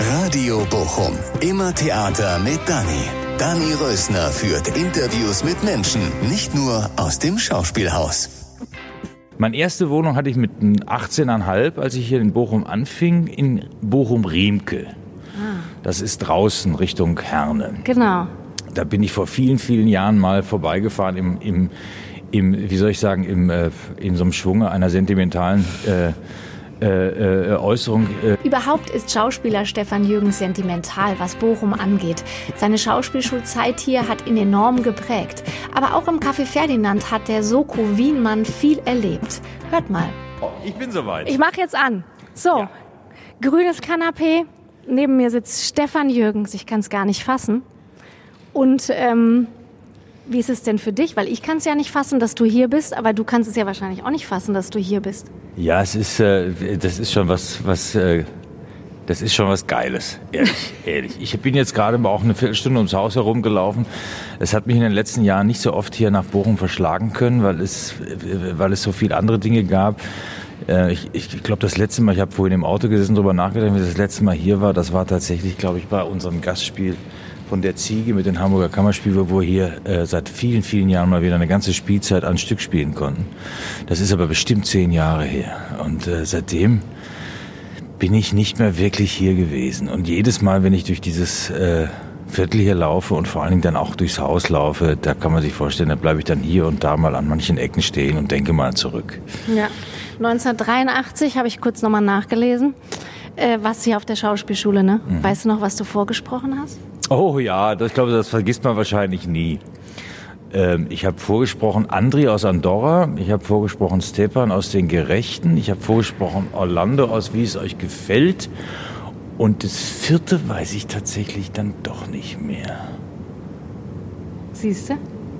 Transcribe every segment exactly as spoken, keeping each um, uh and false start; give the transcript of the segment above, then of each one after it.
Radio Bochum. Immer Theater mit Dani. Dani Rösner führt Interviews mit Menschen, nicht nur aus dem Schauspielhaus. Meine erste Wohnung hatte ich mit achtzehn Komma fünf, als ich hier in Bochum anfing, in Bochum-Riemke. Ah. Das ist draußen Richtung Herne. Genau. Da bin ich vor vielen, vielen Jahren mal vorbeigefahren im, im, im wie soll ich sagen, im, äh, in so einem Schwunge einer sentimentalen äh, Äh, äh, Äußerung. Äh. Überhaupt ist Schauspieler Stefan Jürgens sentimental, was Bochum angeht. Seine Schauspielschulzeit hier hat ihn enorm geprägt. Aber auch im Café Ferdinand hat der Soko Wienmann viel erlebt. Hört mal. Oh, ich bin soweit. Ich mach jetzt an. So, ja. Grünes Kanapee. Neben mir sitzt Stefan Jürgens. Ich kann es gar nicht fassen. Und ähm, wie ist es denn für dich? Weil ich kann es ja nicht fassen, dass du hier bist, aber du kannst es ja wahrscheinlich auch nicht fassen, dass du hier bist. Ja, es ist, äh, das ist schon was, was, äh, das ist schon was Geiles, ehrlich, ehrlich. Ich bin jetzt gerade mal auch eine Viertelstunde ums Haus herumgelaufen. Es hat mich in den letzten Jahren nicht so oft hier nach Bochum verschlagen können, weil es, weil es so viele andere Dinge gab. Äh, ich ich glaube, das letzte Mal, ich habe vorhin im Auto gesessen, darüber nachgedacht, wie das letzte Mal hier war. Das war tatsächlich, glaube ich, bei unserem Gastspiel von der Ziege mit den Hamburger Kammerspielen, wo wir hier äh, seit vielen, vielen Jahren mal wieder eine ganze Spielzeit an Stück spielen konnten. Das ist aber bestimmt zehn Jahre her. Und äh, seitdem bin ich nicht mehr wirklich hier gewesen. Und jedes Mal, wenn ich durch dieses äh, Viertel hier laufe und vor allen Dingen dann auch durchs Haus laufe, da kann man sich vorstellen, da bleibe ich dann hier und da mal an manchen Ecken stehen und denke mal zurück. Ja, neunzehnhundertdreiundachtzig habe ich kurz nochmal nachgelesen. Äh, warst du hier auf der Schauspielschule, ne? Mhm. Weißt du noch, was du vorgesprochen hast? Oh ja, das, ich glaube, das vergisst man wahrscheinlich nie. Ähm, ich habe vorgesprochen Andri aus Andorra, ich habe vorgesprochen Stepan aus den Gerechten, ich habe vorgesprochen Orlando aus Wie es euch gefällt. Und das vierte weiß ich tatsächlich dann doch nicht mehr. Siehst du?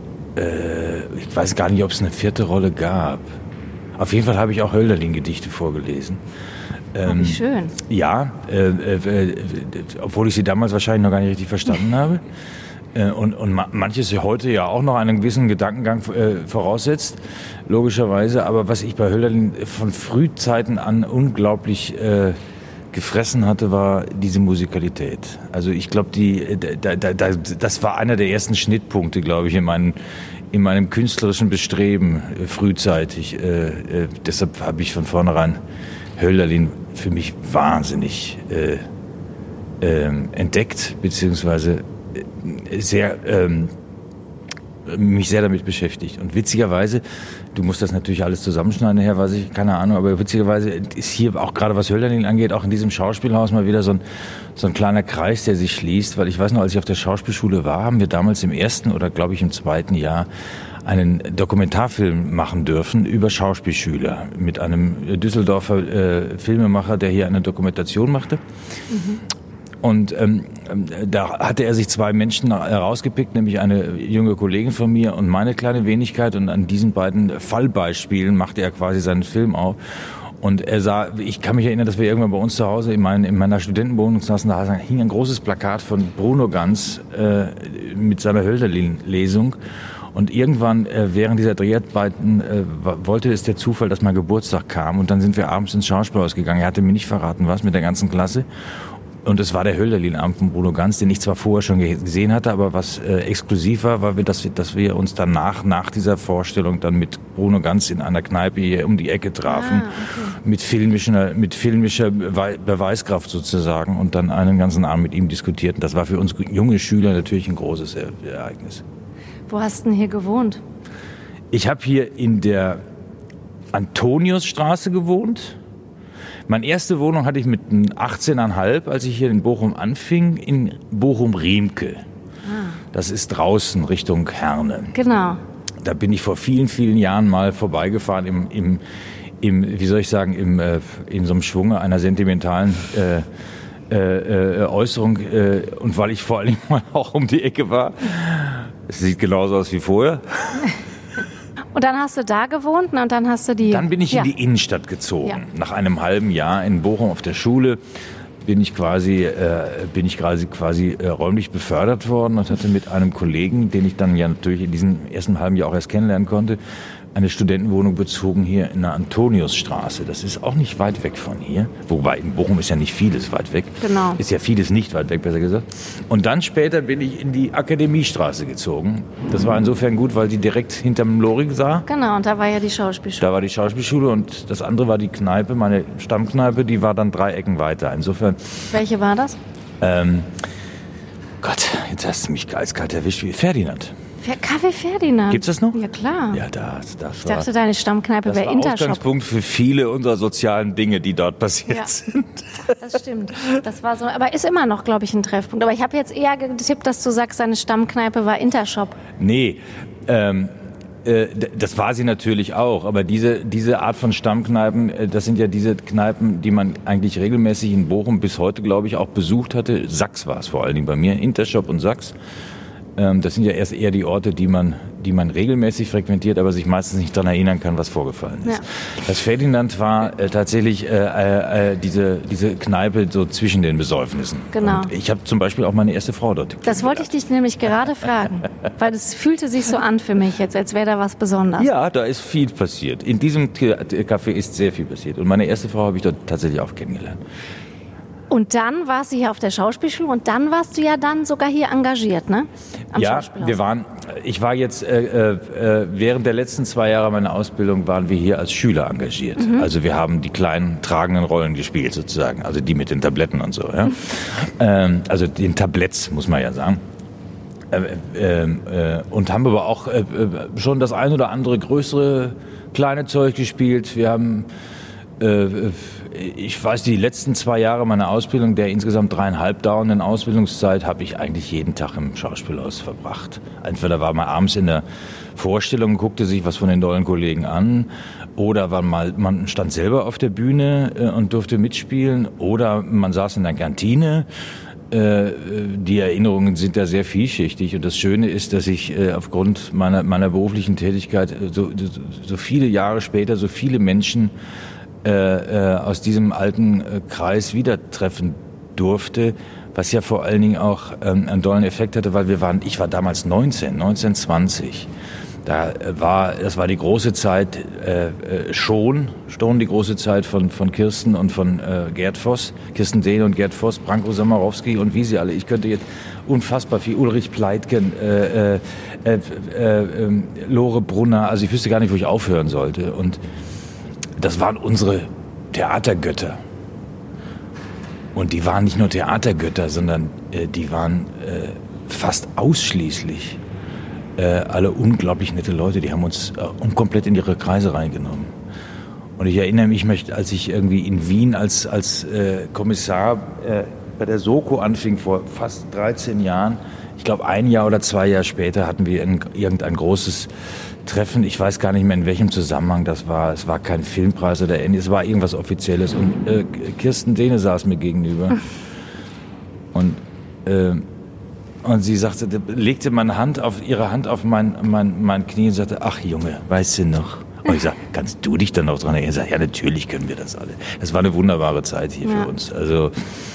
Äh, ich weiß gar nicht, ob es eine vierte Rolle gab. Auf jeden Fall habe ich auch Hölderlin-Gedichte vorgelesen. Ähm, Wie schön. Ja, äh, äh, äh, obwohl ich sie damals wahrscheinlich noch gar nicht richtig verstanden habe. Äh, und, und ma- manches heute ja auch noch einen gewissen Gedankengang äh, voraussetzt, logischerweise. Aber was ich bei Hölderlin von Frühzeiten an unglaublich äh, gefressen hatte, war diese Musikalität. Also ich glaube, die, da, da, da, das war einer der ersten Schnittpunkte, glaube ich, in meinem, in meinem künstlerischen Bestreben äh, frühzeitig. Äh, äh, deshalb habe ich von vornherein Hölderlin für mich wahnsinnig äh, ähm, entdeckt, beziehungsweise äh, sehr, ähm, mich sehr damit beschäftigt. Und witzigerweise, du musst das natürlich alles zusammenschneiden, her, weiß ich, keine Ahnung, aber witzigerweise ist hier auch gerade was Hölderlin angeht, auch in diesem Schauspielhaus mal wieder so ein, so ein kleiner Kreis, der sich schließt, weil ich weiß noch, als ich auf der Schauspielschule war, haben wir damals im ersten oder glaube ich im zweiten Jahr einen Dokumentarfilm machen dürfen über Schauspielschüler mit einem Düsseldorfer äh, Filmemacher, der hier eine Dokumentation machte. Mhm. Und ähm, da hatte er sich zwei Menschen herausgepickt, nämlich eine junge Kollegin von mir und meine kleine Wenigkeit. Und an diesen beiden Fallbeispielen machte er quasi seinen Film auf. Und er sah, ich kann mich erinnern, dass wir irgendwann bei uns zu Hause in, mein, in meiner Studentenwohnung saßen, da hing ein großes Plakat von Bruno Ganz äh, mit seiner Hölderlin-Lesung. Und irgendwann äh, während dieser Dreharbeiten äh, wollte es der Zufall, dass mein Geburtstag kam. Und dann sind wir abends ins Schauspielhaus gegangen. Er hatte mir nicht verraten, was, mit der ganzen Klasse. Und es war der Hölderlin-Abend von Bruno Ganz, den ich zwar vorher schon gesehen hatte, aber was äh, exklusiv war, war, dass wir, dass wir uns danach, nach dieser Vorstellung, dann mit Bruno Ganz in einer Kneipe hier um die Ecke trafen. Ah, okay. Mit filmischer, mit filmischer Beweiskraft sozusagen und dann einen ganzen Abend mit ihm diskutierten. Das war für uns junge Schüler natürlich ein großes Ereignis. Wo hast du denn hier gewohnt? Ich habe hier in der Antoniusstraße gewohnt. Meine erste Wohnung hatte ich mit achtzehn Komma fünf, als ich hier in Bochum anfing, in Bochum-Riemke. Ah. Das ist draußen Richtung Herne. Genau. Da bin ich vor vielen, vielen Jahren mal vorbeigefahren im, im, im wie soll ich sagen, im, äh, in so einem Schwunge einer sentimentalen äh, äh, Äußerung. Äh, und weil ich vor allem mal auch um die Ecke war. Es sieht genauso aus wie vorher. Und dann hast du da gewohnt und dann hast du die... Dann bin ich ja. in die Innenstadt gezogen. Ja. Nach einem halben Jahr in Bochum auf der Schule bin ich quasi, äh, bin ich quasi, quasi äh, räumlich befördert worden und hatte mit einem Kollegen, den ich dann ja natürlich in diesem ersten halben Jahr auch erst kennenlernen konnte, eine Studentenwohnung bezogen hier in der Antoniusstraße. Das ist auch nicht weit weg von hier. Wobei in Bochum ist ja nicht vieles weit weg. Genau. Ist ja vieles nicht weit weg, besser gesagt. Und dann später bin ich in die Akademiestraße gezogen. Das war insofern gut, weil die direkt hinterm Loring sah. Genau, und da war ja die Schauspielschule. Da war die Schauspielschule und das andere war die Kneipe, meine Stammkneipe, die war dann drei Ecken weiter. Insofern... Welche war das? Ähm, Gott, jetzt hast du mich eiskalt erwischt. Wie Ferdinand. Café Ferdinand. Gibt's das noch? Ja, klar. Ja, das, das ich war, dachte, deine Stammkneipe wäre Intershop. Das war Ausgangspunkt für viele unserer sozialen Dinge, die dort passiert ja, sind. Das stimmt. Das war so, aber ist immer noch, glaube ich, ein Treffpunkt. Aber ich habe jetzt eher getippt, dass du sagst, deine Stammkneipe war Intershop. Nee, ähm, äh, das war sie natürlich auch. Aber diese, diese Art von Stammkneipen, äh, das sind ja diese Kneipen, die man eigentlich regelmäßig in Bochum bis heute, glaube ich, auch besucht hatte. Sachs war es vor allen Dingen bei mir, Intershop und Sachs. Das sind ja erst eher die Orte, die man, die man regelmäßig frequentiert, aber sich meistens nicht daran erinnern kann, was vorgefallen ist. Ja. Das Ferdinand war äh, tatsächlich äh, äh, diese, diese Kneipe so zwischen den Besäufnissen. Genau. Und ich habe zum Beispiel auch meine erste Frau dort. Das wollte ich dich nämlich gerade fragen, weil es fühlte sich so an für mich jetzt, als wäre da was Besonderes. Ja, da ist viel passiert. In diesem Café ist sehr viel passiert. Und meine erste Frau habe ich dort tatsächlich auch kennengelernt. Und dann warst du hier auf der Schauspielschule und dann warst du ja dann sogar hier engagiert, ne? Am ja, wir waren, ich war jetzt, äh, äh, während der letzten zwei Jahre meiner Ausbildung waren wir hier als Schüler engagiert. Mhm. Also wir haben die kleinen tragenden Rollen gespielt sozusagen, also die mit den Tabletten und so. Ja? Mhm. Ähm, also den Tabletts, muss man ja sagen. Äh, äh, äh, und haben aber auch äh, schon das ein oder andere größere kleine Zeug gespielt. Wir haben... Äh, Ich weiß, die letzten zwei Jahre meiner Ausbildung, der insgesamt dreieinhalb dauernden Ausbildungszeit, habe ich eigentlich jeden Tag im Schauspielhaus verbracht. Entweder war man abends in der Vorstellung, guckte sich was von den tollen Kollegen an, oder war mal, man stand selber auf der Bühne äh, und durfte mitspielen, oder man saß in der Kantine. Äh, die Erinnerungen sind da sehr vielschichtig und das Schöne ist, dass ich äh, aufgrund meiner, meiner beruflichen Tätigkeit so, so, so viele Jahre später so viele Menschen Äh, äh, aus diesem alten äh, Kreis wieder treffen durfte, was ja vor allen Dingen auch ähm, einen tollen Effekt hatte, weil wir waren, ich war damals neunzehn, neunzehn, zwanzig. Da äh, war, das war die große Zeit äh, äh, schon, schon die große Zeit von, von Kirsten und von äh, Gerd Voss, Kirsten Dehn und Gerd Voss, Branko Samarowski und wie sie alle. Ich könnte jetzt unfassbar viel, Ulrich Pleitgen, äh, äh, äh, äh, äh, Lore Brunner, also ich wüsste gar nicht, wo ich aufhören sollte. Und das waren unsere Theatergötter. Und die waren nicht nur Theatergötter, sondern äh, die waren äh, fast ausschließlich äh, alle unglaublich nette Leute. Die haben uns äh, komplett in ihre Kreise reingenommen. Und ich erinnere mich, als ich irgendwie in Wien als, als äh, Kommissar äh, bei der Soko anfing, vor fast dreizehn Jahren, ich glaube ein Jahr oder zwei Jahre später hatten wir ein, irgendein großes Treffen, ich weiß gar nicht mehr, in welchem Zusammenhang das war. Es war kein Filmpreis oder ähnliches, es war irgendwas Offizielles. Und äh, Kirsten Dehne saß mir gegenüber. Und, äh, und sie sagte, legte meine Hand auf, ihre Hand auf mein, mein, mein Knie und sagte, ach Junge, weißt du noch? Und ich sag, kannst du dich dann noch dran erinnern? Ich sag, ja, natürlich können wir das alle. Das war eine wunderbare Zeit hier ja. für uns. Also,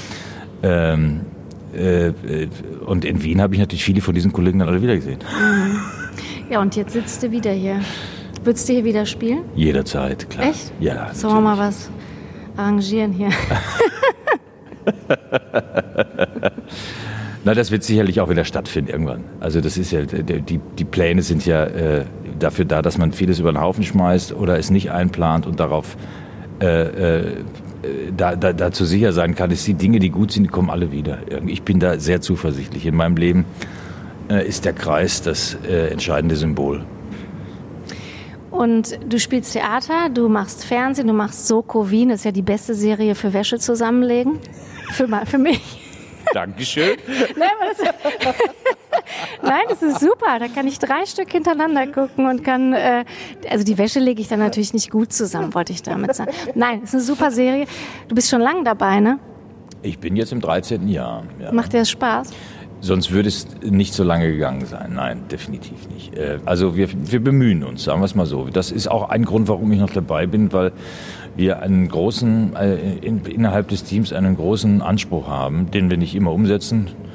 ähm, äh, und in Wien habe ich natürlich viele von diesen Kollegen dann alle wieder gesehen. Mhm. Ja, und jetzt sitzt du wieder hier. Würdest du hier wieder spielen? Jederzeit, klar. Echt? Ja, sollen wir mal was arrangieren hier? Na, das wird sicherlich auch wieder stattfinden irgendwann. Also das ist ja, die, die Pläne sind ja äh, dafür da, dass man vieles über den Haufen schmeißt oder es nicht einplant und darauf äh, äh, da, da, dazu sicher sein kann, dass die Dinge, die gut sind, die kommen alle wieder. Ich bin da sehr zuversichtlich. In meinem Leben ist der Kreis das äh, entscheidende Symbol. Und du spielst Theater, du machst Fernsehen, du machst Soko Wien, das ist ja die beste Serie für Wäsche zusammenlegen. Für, für mich. Dankeschön. Nein, das, Nein, das ist super. Da kann ich drei Stück hintereinander gucken und kann, äh, also die Wäsche lege ich dann natürlich nicht gut zusammen, wollte ich damit sagen. Nein, das ist eine super Serie. Du bist schon lange dabei, ne? Ich bin jetzt im dreizehnten Jahr. Ja. Macht dir das Spaß? Sonst würde es nicht so lange gegangen sein. Nein, definitiv nicht. Also wir, wir bemühen uns, sagen wir es mal so. Das ist auch ein Grund, warum ich noch dabei bin, weil wir einen großen, in, innerhalb des Teams einen großen Anspruch haben, den wir nicht immer umsetzen.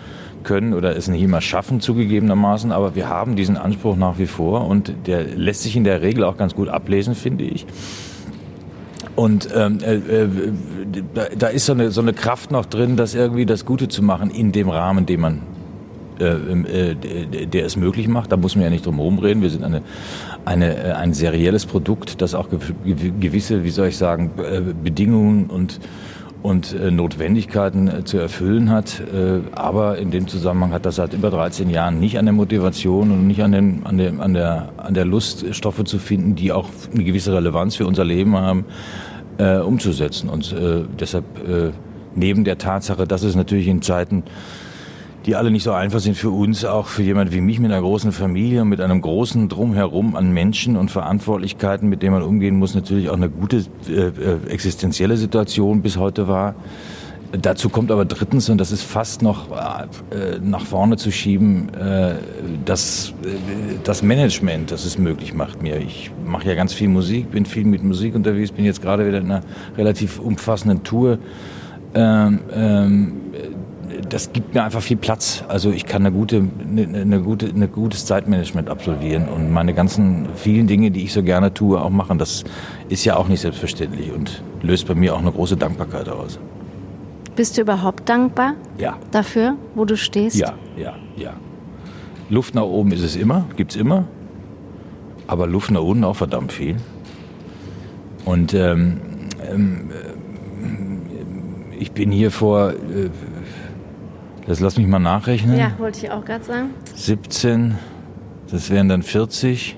können oder es nicht immer schaffen, zugegebenermaßen, aber wir haben diesen Anspruch nach wie vor und der lässt sich in der Regel auch ganz gut ablesen, finde ich. Und ähm, äh, äh, da, da ist so eine, so eine Kraft noch drin, das irgendwie das Gute zu machen in dem Rahmen, den man, äh, äh, der, der es möglich macht. Da muss man ja nicht drum herum reden. Wir sind eine, eine, ein serielles Produkt, das auch gewisse, wie soll ich sagen, Bedingungen und und äh, Notwendigkeiten äh, zu erfüllen hat. Äh, aber in dem Zusammenhang hat das seit über dreizehn Jahren nicht an der Motivation und nicht an, den, an, der, an, der, an der Lust, Stoffe zu finden, die auch eine gewisse Relevanz für unser Leben haben, äh, umzusetzen. Und äh, deshalb äh, neben der Tatsache, dass es natürlich in Zeiten, die alle nicht so einfach sind für uns, auch für jemand wie mich mit einer großen Familie und mit einem großen Drumherum an Menschen und Verantwortlichkeiten, mit denen man umgehen muss, natürlich auch eine gute äh, existenzielle Situation bis heute war. Dazu kommt aber drittens, und das ist fast noch äh, nach vorne zu schieben, äh, das, äh, das Management, das es möglich macht mir. Ich mache ja ganz viel Musik, bin viel mit Musik unterwegs, bin jetzt gerade wieder in einer relativ umfassenden Tour. Ähm, ähm, Das gibt mir einfach viel Platz. Also ich kann eine gute, eine, eine gute, eine gutes Zeitmanagement absolvieren und meine ganzen vielen Dinge, die ich so gerne tue, auch machen. Das ist ja auch nicht selbstverständlich und löst bei mir auch eine große Dankbarkeit aus. Bist du überhaupt dankbar? Ja. Dafür, wo du stehst? Ja, ja, ja. Luft nach oben ist es immer, gibt's immer. Aber Luft nach unten auch verdammt viel. Und ähm, ähm, ich bin hier vor... Äh, Das lass mich mal nachrechnen. Ja, wollte ich auch gerade sagen. siebzehn, das wären dann vierzig,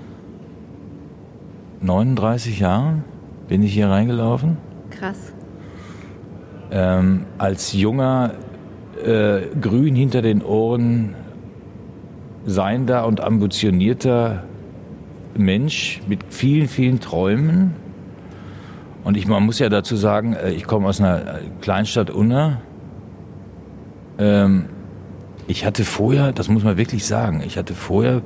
neununddreißig Jahre bin ich hier reingelaufen. Krass. Ähm, als junger, äh, grün hinter den Ohren seiender und ambitionierter Mensch mit vielen, vielen Träumen. Und ich, man muss ja dazu sagen, ich komme aus einer Kleinstadt Unna. Ich hatte vorher, das muss man wirklich sagen, ich hatte vorher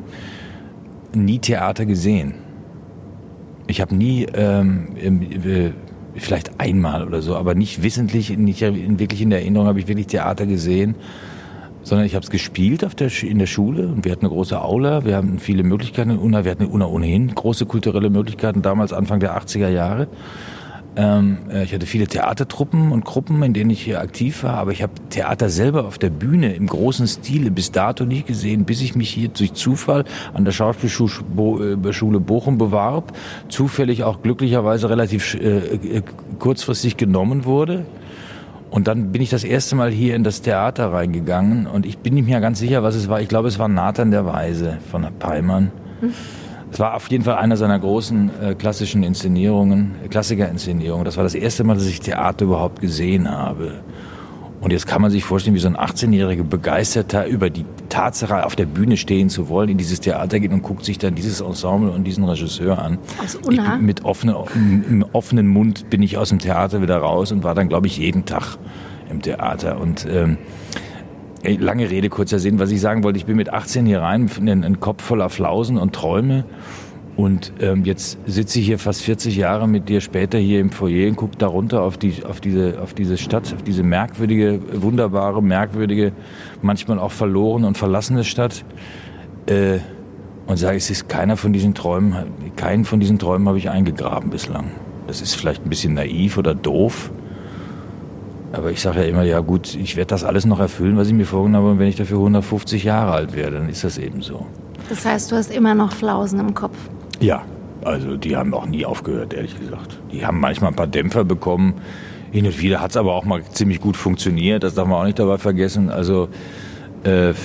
nie Theater gesehen. Ich habe nie, ähm, vielleicht einmal oder so, aber nicht wissentlich, nicht wirklich in der Erinnerung habe ich wirklich Theater gesehen, sondern ich habe es gespielt auf der, in der Schule und wir hatten eine große Aula, wir hatten viele Möglichkeiten in Unna, wir hatten in Unna ohnehin große kulturelle Möglichkeiten, damals Anfang der achtziger Jahre. Ähm, ich hatte viele Theatertruppen und Gruppen, in denen ich hier aktiv war, aber ich habe Theater selber auf der Bühne im großen Stile bis dato nie gesehen, bis ich mich hier durch Zufall an der Schauspielschule Bochum bewarb, zufällig auch glücklicherweise relativ äh, kurzfristig genommen wurde. Und dann bin ich das erste Mal hier in das Theater reingegangen und ich bin nicht mehr ganz sicher, was es war. Ich glaube, es war Nathan der Weise von Peimann. Mhm. Es war auf jeden Fall einer seiner großen äh, klassischen Inszenierungen, Klassikerinszenierungen. Das war das erste Mal, dass ich Theater überhaupt gesehen habe. Und jetzt kann man sich vorstellen, wie so ein achtzehnjähriger Begeisterter über die Tatsache, auf der Bühne stehen zu wollen, in dieses Theater geht und guckt sich dann dieses Ensemble und diesen Regisseur an. Aus Unna? Ich, mit offenen, im offenen Mund bin ich aus dem Theater wieder raus und war dann, glaube ich, jeden Tag im Theater. Und ähm, lange Rede, kurzer Sinn. Was ich sagen wollte, ich bin mit achtzehn hier rein, ein Kopf voller Flausen und Träume. Und ähm, jetzt sitze ich hier fast vierzig Jahre mit dir später hier im Foyer und gucke da runter auf, die, auf, diese, auf diese Stadt, auf diese merkwürdige, wunderbare, merkwürdige, manchmal auch verlorene und verlassene Stadt. Äh, und sage, es ist keiner von diesen Träumen, keinen von diesen Träumen habe ich eingegraben bislang. Das ist vielleicht ein bisschen naiv oder doof. Aber ich sage ja immer, ja gut, ich werde das alles noch erfüllen, was ich mir vorgenommen habe. Und wenn ich dafür hundertfünfzig Jahre alt werde, dann ist das eben so. Das heißt, du hast immer noch Flausen im Kopf? Ja, also die haben auch nie aufgehört, ehrlich gesagt. Die haben manchmal ein paar Dämpfer bekommen. Hin und wieder hat es aber auch mal ziemlich gut funktioniert. Das darf man auch nicht dabei vergessen. Also äh, äh,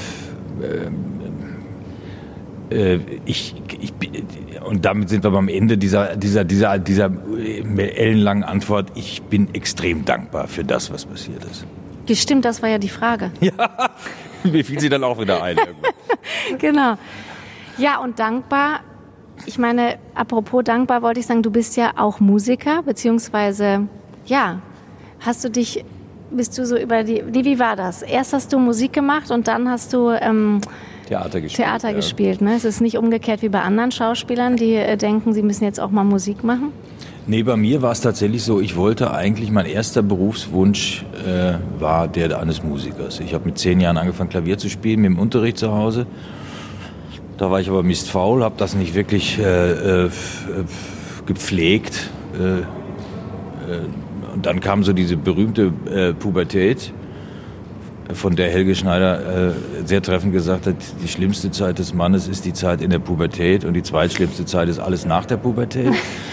äh, ich, ich und damit sind wir beim Ende dieser, dieser, dieser, dieser ellenlangen Antwort. Ich bin extrem dankbar für das, was passiert ist. Stimmt, das war ja die Frage. Ja, mir fiel sie dann auch wieder ein. Genau. Ja, und dankbar, ich meine, apropos dankbar wollte ich sagen, du bist ja auch Musiker, beziehungsweise, ja, hast du dich, bist du so über die, wie war das? Erst hast du Musik gemacht und dann hast du ähm, Theater gespielt. Theater ja. gespielt, ne? Es ist nicht umgekehrt wie bei anderen Schauspielern, die äh, denken, sie müssen jetzt auch mal Musik machen. Nee, bei mir war es tatsächlich so, ich wollte eigentlich, mein erster Berufswunsch äh, war der eines Musikers. Ich habe mit zehn Jahren angefangen, Klavier zu spielen, mit dem Unterricht zu Hause. Da war ich aber mistfaul, habe das nicht wirklich äh, äh, gepflegt. Äh, äh, und dann kam so diese berühmte äh, Pubertät, von der Helge Schneider äh, sehr treffend gesagt hat, die schlimmste Zeit des Mannes ist die Zeit in der Pubertät und die zweitschlimmste Zeit ist alles nach der Pubertät.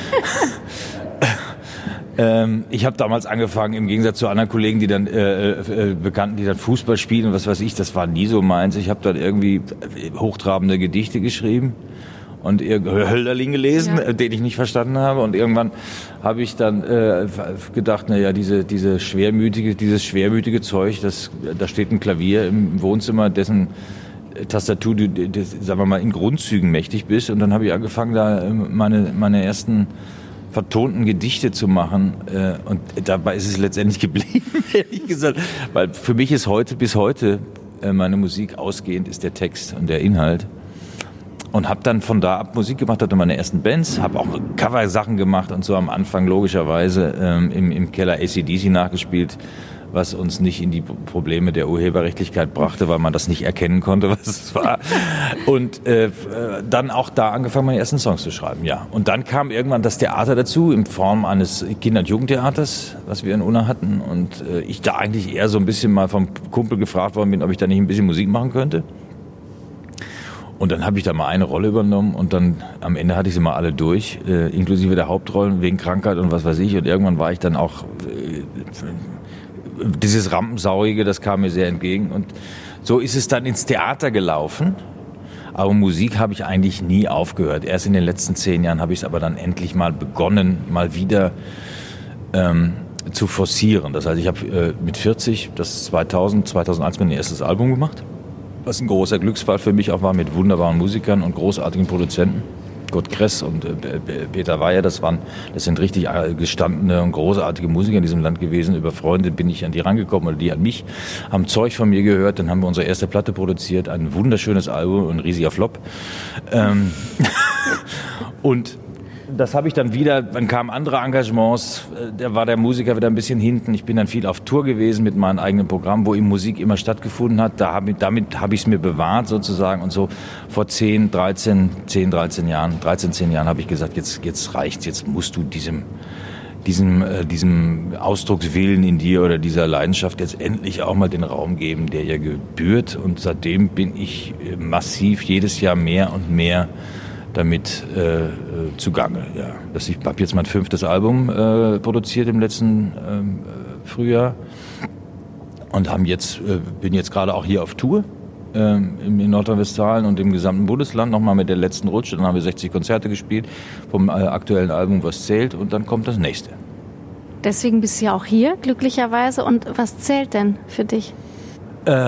ähm, ich habe damals angefangen, im Gegensatz zu anderen Kollegen, die dann äh, äh, Bekannten, die dann Fußball spielen und was weiß ich, das war nie so meins. Ich habe dann irgendwie hochtrabende Gedichte geschrieben und Hölderlin gelesen, ja. Den ich nicht verstanden habe. Und irgendwann habe ich dann äh, gedacht, naja, diese, diese schwermütige, dieses schwermütige Zeug, das, da steht ein Klavier im Wohnzimmer, dessen Tastatur, du, das, sagen wir mal, in Grundzügen mächtig bist. Und dann habe ich angefangen, da meine, meine ersten vertonten Gedichte zu machen. Äh, und dabei ist es letztendlich geblieben, ehrlich gesagt. Weil für mich ist heute, bis heute, äh, meine Musik ausgehend ist der Text und der Inhalt. Und habe dann von da ab Musik gemacht, hatte meine ersten Bands, habe auch Cover-Sachen gemacht und so am Anfang logischerweise ähm, im, im Keller A C D C nachgespielt, was uns nicht in die Probleme der Urheberrechtlichkeit brachte, weil man das nicht erkennen konnte, was es war. Und äh, dann auch da angefangen, meine ersten Songs zu schreiben, ja. Und dann kam irgendwann das Theater dazu, in Form eines Kinder- und Jugendtheaters, was wir in Unna hatten. Und äh, ich da eigentlich eher so ein bisschen mal vom Kumpel gefragt worden bin, ob ich da nicht ein bisschen Musik machen könnte. Und dann habe ich da mal eine Rolle übernommen und dann am Ende hatte ich sie mal alle durch, äh, inklusive der Hauptrollen wegen Krankheit und was weiß ich. Und irgendwann war ich dann auch, äh, dieses Rampensaurige, das kam mir sehr entgegen. Und so ist es dann ins Theater gelaufen. Aber Musik habe ich eigentlich nie aufgehört. Erst in den letzten zehn Jahren habe ich es aber dann endlich mal begonnen, mal wieder ähm, zu forcieren. Das heißt, ich habe äh, mit vierzig, das ist zweitausend, zweitausendeins mein erstes Album gemacht. Was ein großer Glücksfall für mich auch war, mit wunderbaren Musikern und großartigen Produzenten. Gott Kress und äh, Peter Weyer, das waren, das sind richtig gestandene und großartige Musiker in diesem Land gewesen. Über Freunde bin ich an die rangekommen oder die an mich, haben Zeug von mir gehört. Dann haben wir unsere erste Platte produziert, ein wunderschönes Album, ein riesiger Flop. Ähm und das habe ich dann wieder, dann kamen andere Engagements, da war der Musiker wieder ein bisschen hinten. Ich bin dann viel auf Tour gewesen mit meinem eigenen Programm, wo eben Musik immer stattgefunden hat. Da hab ich, damit habe ich es mir bewahrt sozusagen. Und so vor zehn, dreizehn, zehn, dreizehn Jahren, dreizehn, zehn Jahren habe ich gesagt, jetzt, jetzt reicht's, jetzt musst du diesem, diesem, äh, diesem Ausdruckswillen in dir oder dieser Leidenschaft jetzt endlich auch mal den Raum geben, der ihr gebührt. Und seitdem bin ich massiv jedes Jahr mehr und mehr damit äh, zugange. Ja. Das, ich habe jetzt mein fünftes Album äh, produziert im letzten äh, Frühjahr und haben jetzt, äh, bin jetzt gerade auch hier auf Tour äh, in Nordrhein-Westfalen und im gesamten Bundesland, nochmal mit der letzten Rutsche. Dann haben wir sechzig Konzerte gespielt vom äh, aktuellen Album, was zählt, und dann kommt das nächste. Deswegen bist du ja auch hier, glücklicherweise. Und was zählt denn für dich? Äh,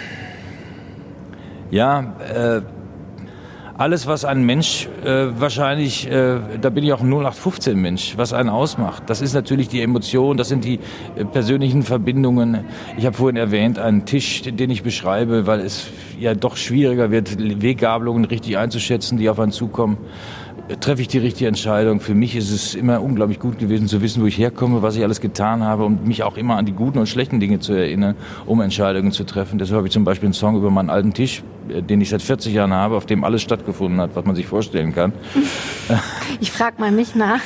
ja, äh, alles, was ein Mensch äh, wahrscheinlich, äh, da bin ich auch ein null acht fünfzehn Mensch, was einen ausmacht. Das ist natürlich die Emotion, das sind die äh, persönlichen Verbindungen. Ich habe vorhin erwähnt, einen Tisch, den ich beschreibe, weil es ja doch schwieriger wird, Weggabelungen richtig einzuschätzen, die auf einen zukommen. Treffe ich die richtige Entscheidung? Für mich ist es immer unglaublich gut gewesen zu wissen, wo ich herkomme, was ich alles getan habe und mich auch immer an die guten und schlechten Dinge zu erinnern, um Entscheidungen zu treffen. Deshalb habe ich zum Beispiel einen Song über meinen alten Tisch, den ich seit vierzig Jahren habe, auf dem alles stattgefunden hat, was man sich vorstellen kann. Ich frage mal mich nach.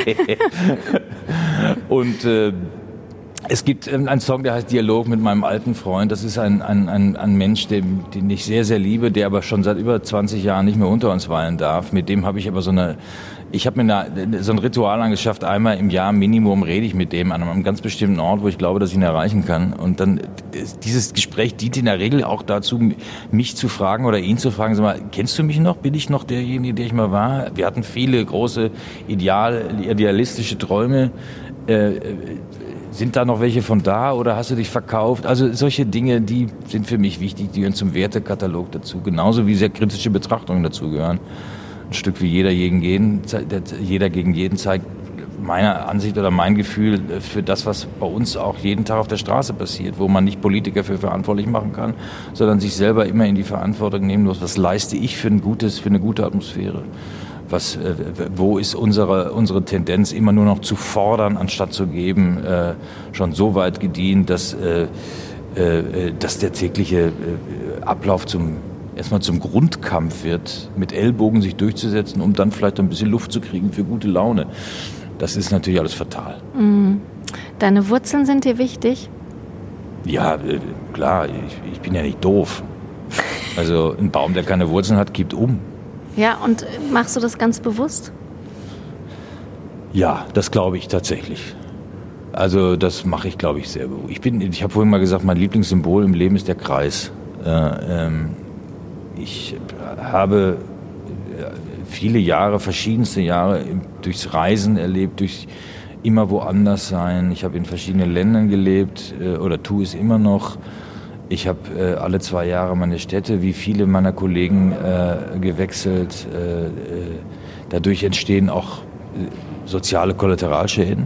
Und äh, es gibt einen Song, der heißt Dialog mit meinem alten Freund. Das ist ein, ein, ein, ein Mensch, den, den ich sehr, sehr liebe, der aber schon seit über zwanzig Jahren nicht mehr unter uns weilen darf. Mit dem habe ich aber so eine, ich habe mir eine, so ein Ritual angeschafft. Einmal im Jahr Minimum rede ich mit dem an einem ganz bestimmten Ort, wo ich glaube, dass ich ihn erreichen kann. Und dann, dieses Gespräch dient in der Regel auch dazu, mich zu fragen oder ihn zu fragen, sag mal, kennst du mich noch? Bin ich noch derjenige, der ich mal war? Wir hatten viele große, ideal, idealistische Träume. Äh, Sind da noch welche von da oder hast du dich verkauft? Also solche Dinge, die sind für mich wichtig, die gehören zum Wertekatalog dazu. Genauso wie sehr kritische Betrachtungen dazugehören. Ein Stück wie jeder gegen jeden, jeder gegen jeden zeigt meine Ansicht oder mein Gefühl für das, was bei uns auch jeden Tag auf der Straße passiert, wo man nicht Politiker für verantwortlich machen kann, sondern sich selber immer in die Verantwortung nehmen muss. Was leiste ich für ein gutes, für eine gute Atmosphäre? Was, äh, wo ist unsere, unsere Tendenz, immer nur noch zu fordern, anstatt zu geben, äh, schon so weit gediehen, dass, äh, äh, dass der tägliche äh, Ablauf zum, erstmal zum Grundkampf wird, mit Ellbogen sich durchzusetzen, um dann vielleicht ein bisschen Luft zu kriegen für gute Laune. Das ist natürlich alles fatal. Mhm. Deine Wurzeln sind dir wichtig? Ja, äh, klar, ich, ich bin ja nicht doof. Also ein Baum, der keine Wurzeln hat, kippt um. Ja, und machst du das ganz bewusst? Ja, das glaube ich tatsächlich. Also das mache ich, glaube ich, sehr bewusst. Ich bin, ich habe vorhin mal gesagt, mein Lieblingssymbol im Leben ist der Kreis. Äh, ähm, ich habe viele Jahre, verschiedenste Jahre durchs Reisen erlebt, durch immer woanders sein. Ich habe in verschiedenen Ländern gelebt äh, oder tue es immer noch. Ich habe äh, alle zwei Jahre meine Städte, wie viele meiner Kollegen, äh, gewechselt. Äh, äh, dadurch entstehen auch äh, soziale Kollateralschäden,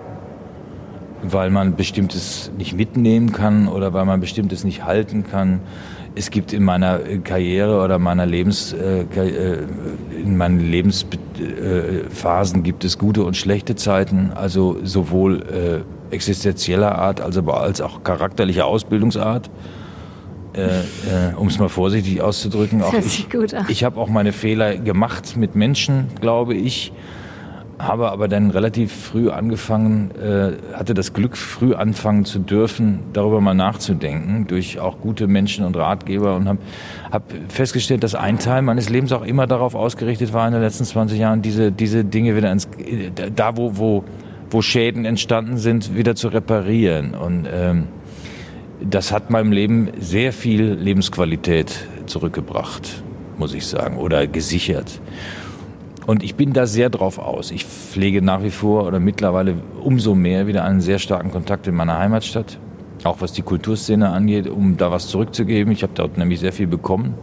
weil man Bestimmtes nicht mitnehmen kann oder weil man Bestimmtes nicht halten kann. Es gibt in meiner Karriere oder meiner Lebens, äh, in meinen Lebensphasen gibt es gute und schlechte Zeiten, also sowohl äh, existenzieller Art, also als auch charakterlicher Ausbildungsart, äh, äh, um es mal vorsichtig auszudrücken. Auch ich ich habe auch meine Fehler gemacht mit Menschen, glaube ich, habe aber dann relativ früh angefangen, äh, hatte das Glück, früh anfangen zu dürfen, darüber mal nachzudenken, durch auch gute Menschen und Ratgeber, und habe hab festgestellt, dass ein Teil meines Lebens auch immer darauf ausgerichtet war, in den letzten zwanzig Jahren diese, diese Dinge wieder ins, da wo, wo wo Schäden entstanden sind, wieder zu reparieren. Und ähm, das hat meinem Leben sehr viel Lebensqualität zurückgebracht, muss ich sagen, oder gesichert. Und ich bin da sehr drauf aus. Ich pflege nach wie vor oder mittlerweile umso mehr wieder einen sehr starken Kontakt in meiner Heimatstadt, auch was die Kulturszene angeht, um da was zurückzugeben. Ich habe dort nämlich sehr viel bekommen.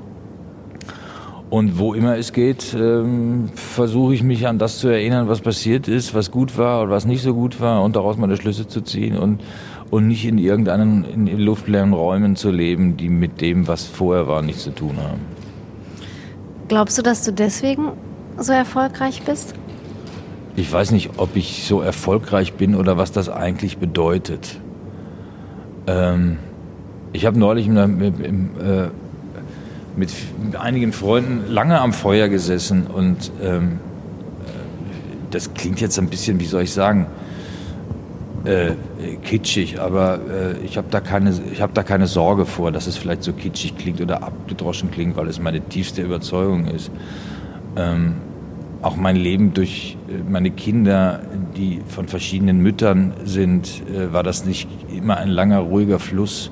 Und wo immer es geht, ähm, versuche ich mich an das zu erinnern, was passiert ist, was gut war und was nicht so gut war, und daraus meine Schlüsse zu ziehen und, und nicht in irgendeinen in, in luftleeren Räumen zu leben, die mit dem, was vorher war, nichts zu tun haben. Glaubst du, dass du deswegen so erfolgreich bist? Ich weiß nicht, ob ich so erfolgreich bin oder was das eigentlich bedeutet. Ähm, ich habe neulich im, im, im äh, mit einigen Freunden lange am Feuer gesessen und ähm, das klingt jetzt ein bisschen, wie soll ich sagen, äh, kitschig, aber äh, ich habe da keine, ich habe da keine Sorge vor, dass es vielleicht so kitschig klingt oder abgedroschen klingt, weil es meine tiefste Überzeugung ist. Ähm, auch mein Leben durch meine Kinder, die von verschiedenen Müttern sind, äh, war das nicht immer ein langer, ruhiger Fluss.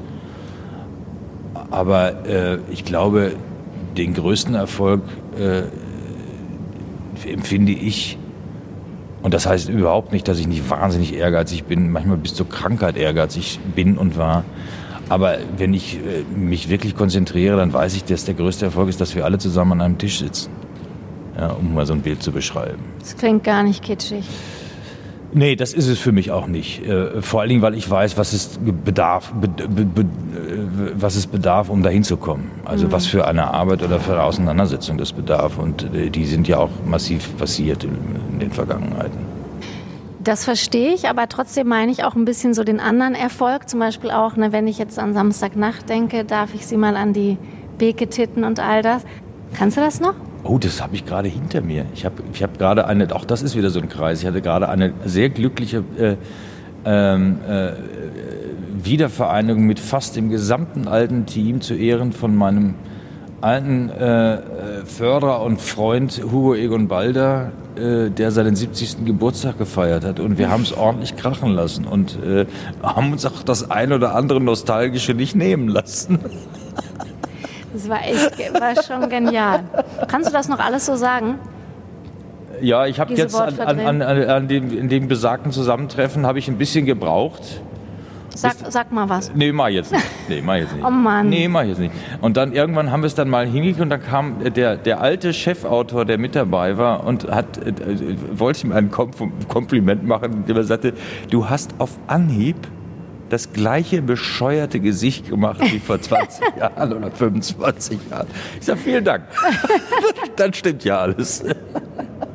Aber äh, ich glaube, den größten Erfolg äh, empfinde ich, und das heißt überhaupt nicht, dass ich nicht wahnsinnig ehrgeizig bin, manchmal bis zur Krankheit ehrgeizig bin und war. Aber wenn ich äh, mich wirklich konzentriere, dann weiß ich, dass der größte Erfolg ist, dass wir alle zusammen an einem Tisch sitzen. Ja, um mal so ein Bild zu beschreiben. Das klingt gar nicht kitschig. Nee, das ist es für mich auch nicht. Äh, vor allen Dingen, weil ich weiß, was es bedarf, be, be, be, was es bedarf, um dahin zu kommen. Also mhm. was für eine Arbeit oder für eine Auseinandersetzung das bedarf. Und äh, die sind ja auch massiv passiert in, in den Vergangenheiten. Das verstehe ich, aber trotzdem meine ich auch ein bisschen so den anderen Erfolg. Zum Beispiel auch, ne, wenn ich jetzt an Samstagnacht denke, darf ich sie mal an die Beke-Titten und all das. Kannst du das noch? Oh, das habe ich gerade hinter mir. Ich habe ich hab gerade eine, auch das ist wieder so ein Kreis, ich hatte gerade eine sehr glückliche äh, äh, Wiedervereinigung mit fast dem gesamten alten Team zu Ehren von meinem alten äh, Förderer und Freund Hugo Egon Balder, äh, der seinen siebzigsten Geburtstag gefeiert hat. Und wir haben es ordentlich krachen lassen und äh, haben uns auch das ein oder andere Nostalgische nicht nehmen lassen. Das war echt, war schon genial. Kannst du das noch alles so sagen? Ja, ich habe jetzt an, an, an, an dem, in dem besagten Zusammentreffen habe ich ein bisschen gebraucht. Sag, sag mal was. Nee, mach ich jetzt nicht. Nee, mach ich jetzt nicht. Oh Mann. Nee, mach ich jetzt nicht. Und dann irgendwann haben wir es dann mal hingekriegt und dann kam der, der alte Chefautor, der mit dabei war und hat, äh, wollte ihm ein Kompliment machen, indem er sagte, du hast auf Anhieb das gleiche bescheuerte Gesicht gemacht wie vor zwanzig Jahren oder fünfundzwanzig Jahren. Ich sage, vielen Dank. Dann stimmt ja alles.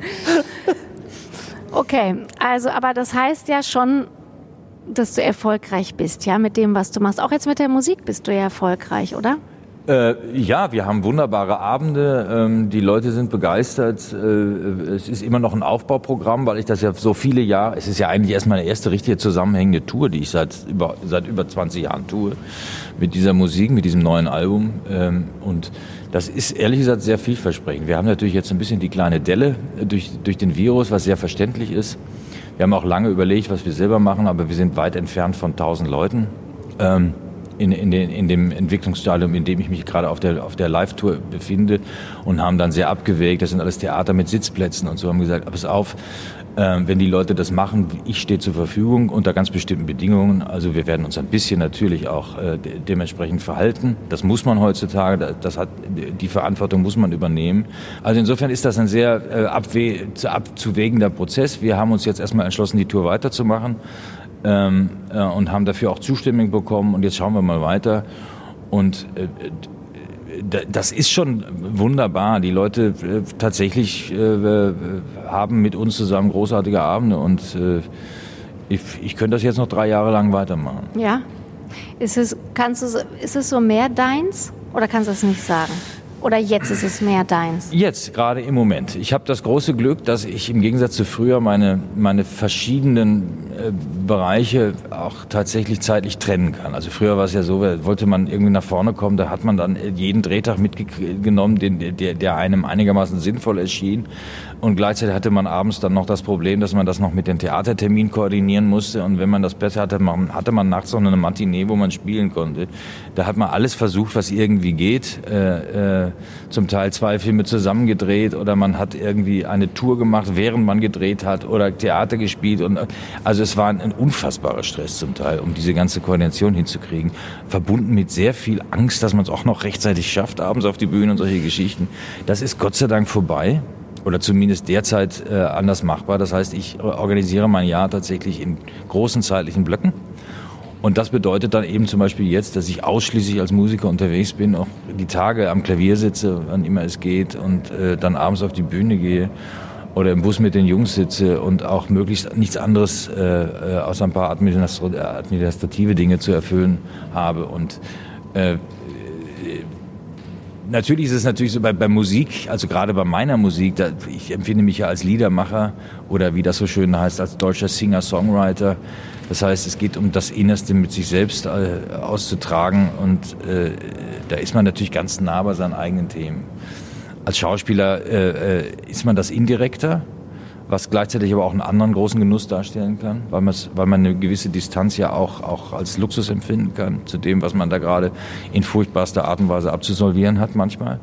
Okay, also aber das heißt ja schon, dass du erfolgreich bist, ja, mit dem, was du machst. Auch jetzt mit der Musik bist du ja erfolgreich, oder? Äh, ja, wir haben wunderbare Abende, ähm, die Leute sind begeistert. Äh, es ist immer noch ein Aufbauprogramm, weil ich das ja so viele Jahre, es ist ja eigentlich erst meine erste richtige zusammenhängende Tour, die ich seit über, seit über zwanzig Jahren tue, mit dieser Musik, mit diesem neuen Album. Ähm, und das ist ehrlich gesagt sehr vielversprechend. Wir haben natürlich jetzt ein bisschen die kleine Delle durch, durch den Virus, was sehr verständlich ist. Wir haben auch lange überlegt, was wir selber machen, aber wir sind weit entfernt von tausend Leuten. Ähm, In, in, den, in dem Entwicklungsstadium, in dem ich mich gerade auf der, auf der Live-Tour befinde, und haben dann sehr abgewägt. Das sind alles Theater mit Sitzplätzen und so, haben gesagt, pass auf, äh, wenn die Leute das machen, ich stehe zur Verfügung unter ganz bestimmten Bedingungen. Also wir werden uns ein bisschen natürlich auch äh, de- dementsprechend verhalten. Das muss man heutzutage, das hat, die Verantwortung muss man übernehmen. Also insofern ist das ein sehr äh, abwe- zu, abzuwägender Prozess. Wir haben uns jetzt erstmal entschlossen, die Tour weiterzumachen. Ähm, äh, und haben dafür auch Zustimmung bekommen, und jetzt schauen wir mal weiter. Und äh, d- das ist schon wunderbar. Die Leute äh, tatsächlich äh, haben mit uns zusammen großartige Abende, und äh, ich, ich könnte das jetzt noch drei Jahre lang weitermachen. Ja. Ist es, kannst du, ist es so mehr deins, oder kannst du es nicht sagen? Oder jetzt ist es mehr deins? Jetzt, gerade im Moment. Ich habe das große Glück, dass ich im Gegensatz zu früher meine, meine verschiedenen äh, Bereiche auch tatsächlich zeitlich trennen kann. Also früher war es ja so, wollte man irgendwie nach vorne kommen, da hat man dann jeden Drehtag mitgenommen, den, der, der einem einigermaßen sinnvoll erschien. Und gleichzeitig hatte man abends dann noch das Problem, dass man das noch mit den Theaterterminen koordinieren musste. Und wenn man das besser hatte, hatte man nachts noch eine Matinee, wo man spielen konnte. Da hat man alles versucht, was irgendwie geht. Äh, äh, zum Teil zwei Filme zusammen gedreht, oder man hat irgendwie eine Tour gemacht, während man gedreht hat, oder Theater gespielt. Und also es war ein, ein unfassbarer Stress zum Teil, um diese ganze Koordination hinzukriegen. Verbunden mit sehr viel Angst, dass man es auch noch rechtzeitig schafft, abends auf die Bühne und solche Geschichten. Das ist Gott sei Dank vorbei. Oder zumindest derzeit äh, anders machbar. Das heißt, ich organisiere mein Jahr tatsächlich in großen zeitlichen Blöcken. Und das bedeutet dann eben zum Beispiel jetzt, dass ich ausschließlich als Musiker unterwegs bin, auch die Tage am Klavier sitze, wann immer es geht, und äh, dann abends auf die Bühne gehe oder im Bus mit den Jungs sitze und auch möglichst nichts anderes äh, außer ein paar administrative Dinge zu erfüllen habe. Und äh, natürlich ist es natürlich so bei, bei Musik, also gerade bei meiner Musik, da, ich empfinde mich ja als Liedermacher, oder wie das so schön heißt, als deutscher Singer-Songwriter. Das heißt, es geht um das Innerste mit sich selbst äh, auszutragen, und äh, da ist man natürlich ganz nah bei seinen eigenen Themen. Als Schauspieler äh, ist man das indirekter, was gleichzeitig aber auch einen anderen großen Genuss darstellen kann, weil, weil man eine gewisse Distanz ja auch, auch als Luxus empfinden kann zu dem, was man da gerade in furchtbarster Art und Weise abzusolvieren hat manchmal.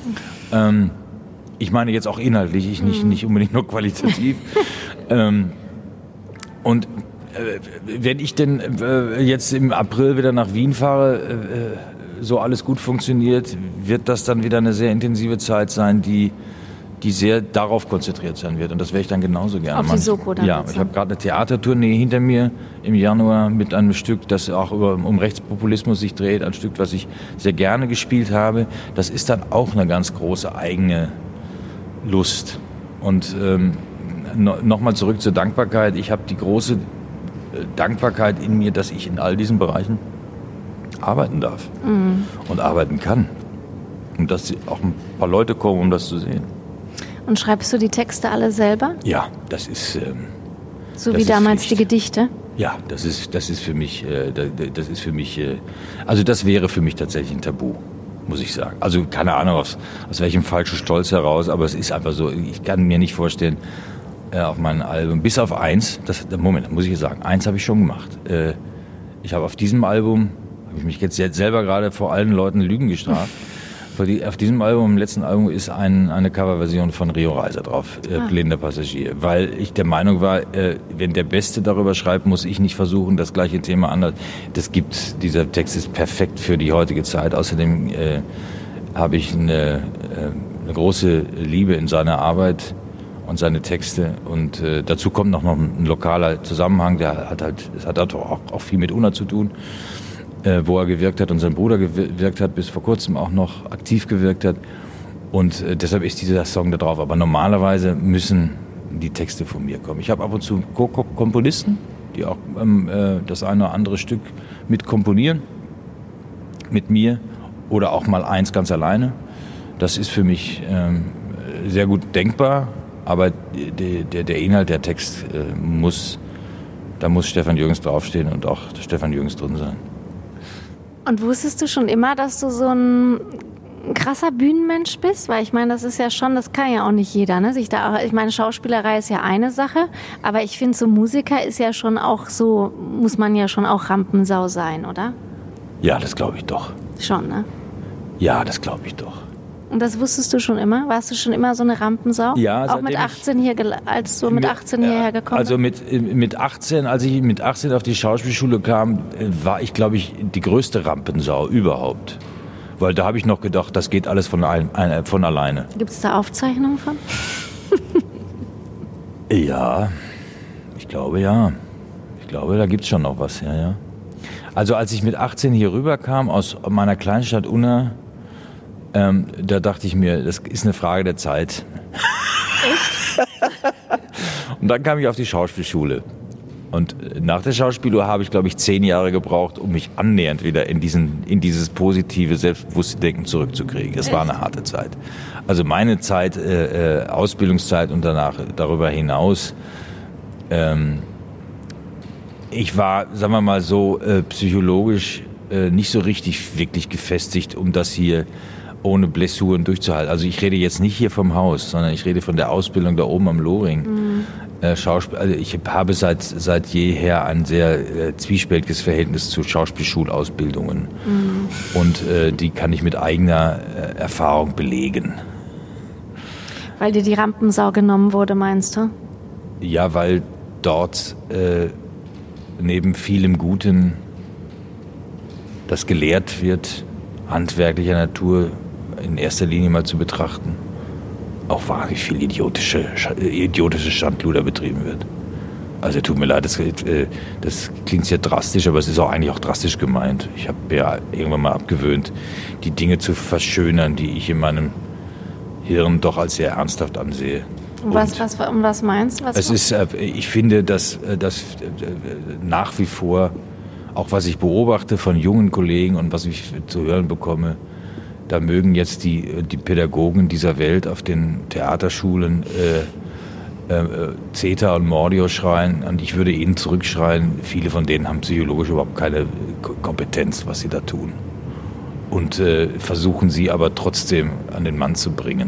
Ähm, ich meine jetzt auch inhaltlich, ich nicht, nicht unbedingt nur qualitativ. ähm, und äh, wenn ich denn äh, jetzt im April wieder nach Wien fahre, äh, so alles gut funktioniert, wird das dann wieder eine sehr intensive Zeit sein, die die sehr darauf konzentriert sein wird. Und das wäre ich dann genauso gerne. Auf die Soko dann? Ja, ich habe gerade eine Theatertournee hinter mir im Januar mit einem Stück, das auch über, um Rechtspopulismus sich dreht, ein Stück, was ich sehr gerne gespielt habe. Das ist dann auch eine ganz große eigene Lust. Und ähm, no, nochmal zurück zur Dankbarkeit. Ich habe die große Dankbarkeit in mir, dass ich in all diesen Bereichen arbeiten darf mhm. und arbeiten kann. Und dass auch ein paar Leute kommen, um das zu sehen. Und schreibst du die Texte alle selber? Ja, das ist... Ähm, so das wie damals Pflicht. Die Gedichte? Ja, das ist, das ist für mich, äh, das ist für mich, äh, also das wäre für mich tatsächlich ein Tabu, muss ich sagen. Also keine Ahnung, aus, aus welchem falschen Stolz heraus, aber es ist einfach so, ich kann mir nicht vorstellen, äh, auf meinem Album, bis auf eins, das, Moment, muss ich sagen, eins habe ich schon gemacht. Äh, ich habe auf diesem Album, habe ich mich jetzt selber gerade vor allen Leuten Lügen gestraft, auf diesem Album, im letzten Album, ist ein, eine Coverversion von Rio Reiser drauf, äh, ah. Blinder Passagier. Weil ich der Meinung war, äh, wenn der Beste darüber schreibt, muss ich nicht versuchen, das gleiche Thema anders. Das gibt, dieser Text ist perfekt für die heutige Zeit. Außerdem äh, habe ich eine, äh, eine große Liebe in seiner Arbeit und seine Texte. Und äh, dazu kommt noch, noch ein lokaler Zusammenhang, der hat halt, es hat auch, auch viel mit Unna zu tun. Äh, wo er gewirkt hat und sein Bruder gewirkt hat, bis vor kurzem auch noch aktiv gewirkt hat. Und äh, deshalb ist dieser Song da drauf. Aber normalerweise müssen die Texte von mir kommen. Ich habe ab und zu Co-Komponisten, die auch ähm, äh, das eine oder andere Stück mit komponieren, mit mir oder auch mal eins ganz alleine. Das ist für mich ähm, sehr gut denkbar, aber der, der, der Inhalt, der Text äh, muss, da muss Stefan Jürgens draufstehen und auch Stefan Jürgens drin sein. Und wusstest du schon immer, dass du so ein krasser Bühnenmensch bist? Weil ich meine, das ist ja schon, das kann ja auch nicht jeder, ne? Sich da, ich meine, Schauspielerei ist ja eine Sache, aber ich finde, so Musiker ist ja schon auch so, muss man ja schon auch Rampensau sein, oder? Ja, das glaube ich doch. Schon, ne? Ja, das glaube ich doch. Und das wusstest du schon immer? Warst du schon immer so eine Rampensau? Ja, auch mit achtzehn hier, als du mit achtzehn hierher gekommen bist? Also mit, mit achtzehn, als ich mit achtzehn auf die Schauspielschule kam, war ich, glaube ich, die größte Rampensau überhaupt. Weil da habe ich noch gedacht, das geht alles von, ein, von alleine. Gibt es da Aufzeichnungen von? Ja, ich glaube ja. Ich glaube, da gibt es schon noch was, ja, ja. Also als ich mit achtzehn hier rüberkam aus meiner Kleinstadt Unna, ähm, da dachte ich mir, das ist eine Frage der Zeit. Echt? Und dann kam ich auf die Schauspielschule. Und nach der Schauspielschule habe ich, glaube ich, zehn Jahre gebraucht, um mich annähernd wieder in, diesen, in dieses positive, selbstbewusste Denken zurückzukriegen. Es war eine harte Zeit. Also meine Zeit, äh, Ausbildungszeit und danach darüber hinaus, ähm, ich war, sagen wir mal so, äh, psychologisch äh, nicht so richtig wirklich gefestigt, um das hier ohne Blessuren durchzuhalten. Also ich rede jetzt nicht hier vom Haus, sondern ich rede von der Ausbildung da oben am Loring. Mhm. Äh, Schauspiel, also ich habe seit, seit jeher ein sehr äh, zwiespältiges Verhältnis zu Schauspielschulausbildungen. Mhm. Und äh, die kann ich mit eigener äh, Erfahrung belegen. Weil dir die Rampensau genommen wurde, meinst du? Ja, weil dort äh, neben vielem Guten, das gelehrt wird, handwerklicher Natur in erster Linie mal zu betrachten, auch wahnsinnig viel idiotische, idiotische Schandluder betrieben wird. Also tut mir leid, das, das klingt sehr drastisch, aber es ist auch eigentlich auch drastisch gemeint. Ich habe mir irgendwann mal abgewöhnt, die Dinge zu verschönern, die ich in meinem Hirn doch als sehr ernsthaft ansehe. Und was, was, um was meinst du? Was es ist, ich finde, dass, dass nach wie vor, auch was ich beobachte von jungen Kollegen und was ich zu hören bekomme, da mögen jetzt die, die Pädagogen dieser Welt auf den Theaterschulen äh, äh, Zeta und Mordio schreien, und ich würde ihnen zurückschreien, viele von denen haben psychologisch überhaupt keine Kompetenz, was sie da tun. Und äh, versuchen sie aber trotzdem an den Mann zu bringen.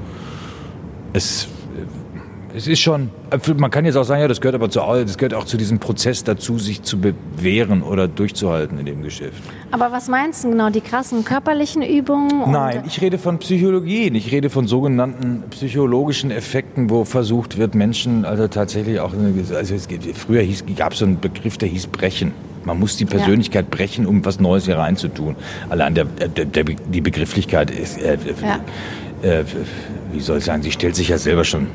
Es Es ist schon, man kann jetzt auch sagen, ja, das gehört aber zu, das gehört auch zu diesem Prozess dazu, sich zu bewähren oder durchzuhalten in dem Geschäft. Aber was meinst du genau, die krassen körperlichen Übungen? Nein, ich rede von Psychologie, ich rede von sogenannten psychologischen Effekten, wo versucht wird, Menschen, also tatsächlich auch, also es gibt, früher gab es so einen Begriff, der hieß Brechen. Man muss die Persönlichkeit ja. brechen, um was Neues hier reinzutun. Allein der, der, der, die Begrifflichkeit ist, äh, ja. äh, wie soll ich sagen, sie stellt sich ja selber schon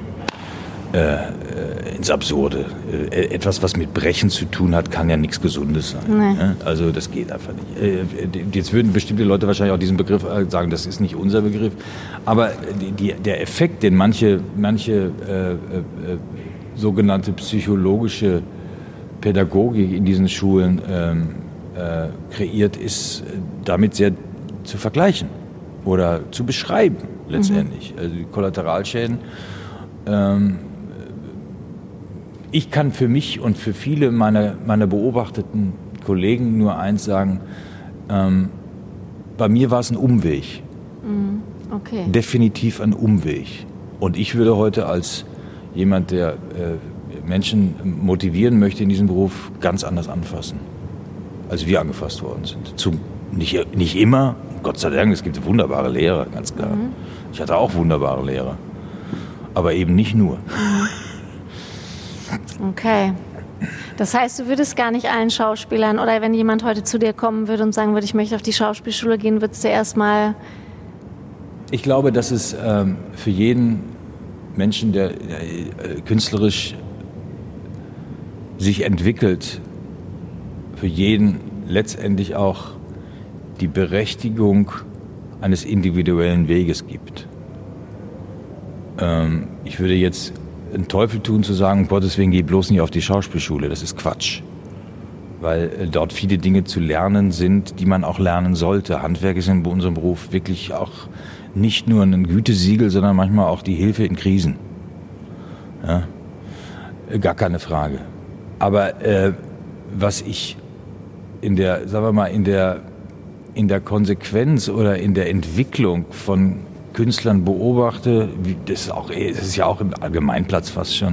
Äh, ins Absurde. Äh, etwas, was mit Brechen zu tun hat, kann ja nichts Gesundes sein. Nee. Ja? Also das geht einfach nicht. Äh, jetzt würden bestimmte Leute wahrscheinlich auch diesen Begriff sagen, das ist nicht unser Begriff. Aber die, die, der Effekt, den manche, manche äh, äh, sogenannte psychologische Pädagogik in diesen Schulen ähm, äh, kreiert, ist damit sehr zu vergleichen oder zu beschreiben letztendlich. Mhm. Also die Kollateralschäden. Ähm, Ich kann für mich und für viele meiner, meiner beobachteten Kollegen nur eins sagen, ähm, bei mir war es ein Umweg. Mm, okay. Definitiv ein Umweg. Und ich würde heute als jemand, der äh, Menschen motivieren möchte in diesem Beruf, ganz anders anfassen, als wir angefasst worden sind. Zum, nicht, nicht immer, Gott sei Dank, es gibt wunderbare Lehrer, ganz klar. Mhm. Ich hatte auch wunderbare Lehrer, aber eben nicht nur. Mhm. Okay. Das heißt, du würdest gar nicht allen Schauspielern, oder wenn jemand heute zu dir kommen würde und sagen würde, ich möchte auf die Schauspielschule gehen, würdest du erstmal... Ich glaube, dass es ähm, für jeden Menschen, der äh, künstlerisch sich entwickelt, für jeden letztendlich auch die Berechtigung eines individuellen Weges gibt. Ähm, ich würde jetzt einen Teufel tun zu sagen, um Gottes Willen, geh bloß nicht auf die Schauspielschule. Das ist Quatsch. Weil äh, dort viele Dinge zu lernen sind, die man auch lernen sollte. Handwerk ist in unserem Beruf wirklich auch nicht nur ein Gütesiegel, sondern manchmal auch die Hilfe in Krisen. Ja? Gar keine Frage. Aber äh, was ich in der, sagen wir mal, in der, in der Konsequenz oder in der Entwicklung von Künstlern beobachte, wie, das, ist auch, das ist ja auch im Allgemeinplatz fast schon,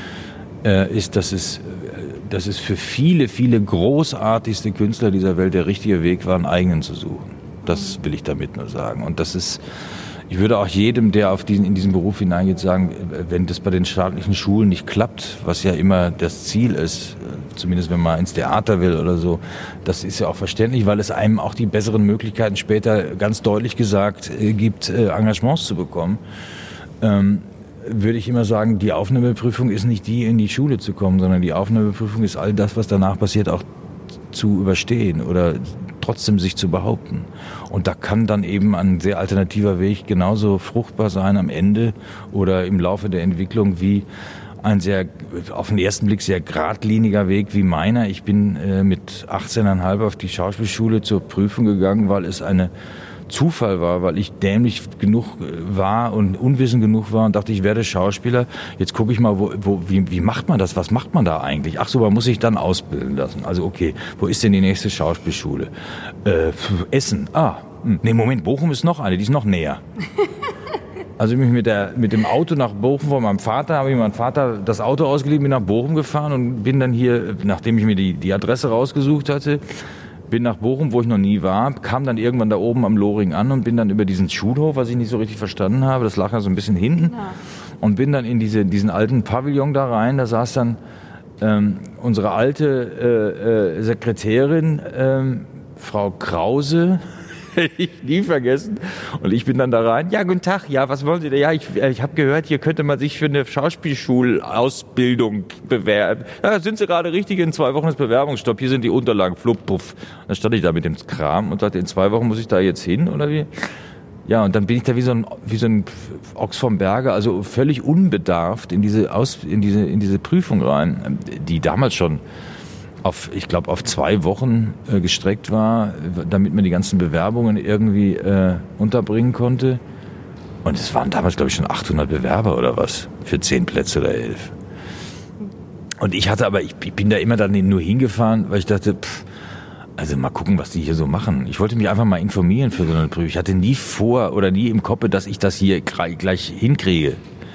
äh, ist, dass es, dass es für viele, viele großartigste Künstler dieser Welt der richtige Weg war, einen eigenen zu suchen. Das will ich damit nur sagen. Und das ist, ich würde auch jedem, der auf diesen, in diesen Beruf hineingeht, sagen, wenn das bei den staatlichen Schulen nicht klappt, was ja immer das Ziel ist, zumindest wenn man ins Theater will oder so, das ist ja auch verständlich, weil es einem auch die besseren Möglichkeiten später, ganz deutlich gesagt, gibt, Engagements zu bekommen. Ähm, würde ich immer sagen, die Aufnahmeprüfung ist nicht die, in die Schule zu kommen, sondern die Aufnahmeprüfung ist all das, was danach passiert, auch zu überstehen oder trotzdem sich zu behaupten. Und da kann dann eben ein sehr alternativer Weg genauso fruchtbar sein am Ende oder im Laufe der Entwicklung wie ein sehr, auf den ersten Blick sehr geradliniger Weg wie meiner. Ich bin äh, mit achtzehn Komma fünf auf die Schauspielschule zur Prüfung gegangen, weil es eine Zufall war, weil ich dämlich genug war und unwissend genug war und dachte, ich werde Schauspieler. Jetzt gucke ich mal, wo, wo, wie, wie macht man das? Was macht man da eigentlich? Ach so, man muss sich dann ausbilden lassen. Also okay, wo ist denn die nächste Schauspielschule? Äh, Essen. Ah, hm. nee, Moment, Bochum ist noch eine, die ist noch näher. Also bin ich mit, der, mit dem Auto nach Bochum von meinem Vater, habe ich meinem Vater das Auto ausgeliehen, bin nach Bochum gefahren und bin dann hier, nachdem ich mir die, die Adresse rausgesucht hatte, bin nach Bochum, wo ich noch nie war, kam dann irgendwann da oben am Lohring an und bin dann über diesen Schulhof, was ich nicht so richtig verstanden habe, das lag ja so ein bisschen hinten, ja. Und bin dann in diese, diesen alten Pavillon da rein, da saß dann ähm, unsere alte äh, äh, Sekretärin, ähm, Frau Krause, hätte ich nie vergessen. Und ich bin dann da rein. Ja, guten Tag. Ja, was wollen Sie denn? Ja, ich, ich habe gehört, hier könnte man sich für eine Schauspielschulausbildung bewerben. Ja, sind Sie gerade richtig? In zwei Wochen ist Bewerbungsstopp. Hier sind die Unterlagen. Flupp, puff. Dann stand ich da mit dem Kram und dachte, in zwei Wochen muss ich da jetzt hin, oder wie? Ja, und dann bin ich da wie so ein, wie so ein Ochs vom Berge, also völlig unbedarft in diese, Aus, in diese, in diese Prüfung rein, die damals schon auf, ich glaube, auf zwei Wochen äh, gestreckt war, damit man die ganzen Bewerbungen irgendwie äh, unterbringen konnte. Und es waren damals, glaube ich, schon achthundert Bewerber oder was, für zehn Plätze oder elf. Und ich hatte aber, ich, ich bin da immer dann nur hingefahren, weil ich dachte, pff, also mal gucken, was die hier so machen. Ich wollte mich einfach mal informieren für so eine Prüfung. Ich hatte nie vor oder nie im Kopf, dass ich das hier gleich hinkriege.